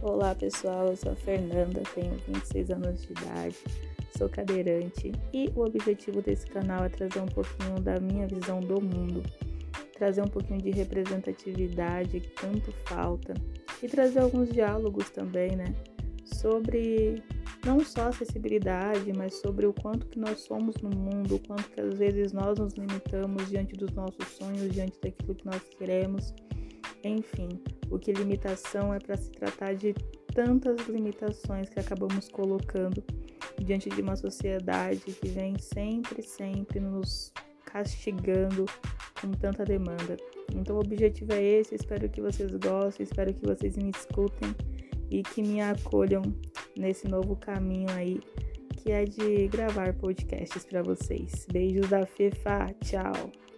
Olá pessoal, eu sou a Fernanda, tenho 26 anos de idade, sou cadeirante e o objetivo desse canal é trazer um pouquinho da minha visão do mundo, trazer um pouquinho de representatividade que tanto falta e trazer alguns diálogos também, sobre não só acessibilidade, mas sobre o quanto que nós somos no mundo, o quanto que às vezes nós nos limitamos diante dos nossos sonhos, diante daquilo que nós queremos. Enfim, o que limitação é para se tratar de tantas limitações que acabamos colocando diante de uma sociedade que vem sempre nos castigando com tanta demanda. Então o objetivo é esse, espero que vocês gostem, espero que vocês me escutem e que me acolham nesse novo caminho aí, que é de gravar podcasts para vocês. Beijos da Fefa, tchau!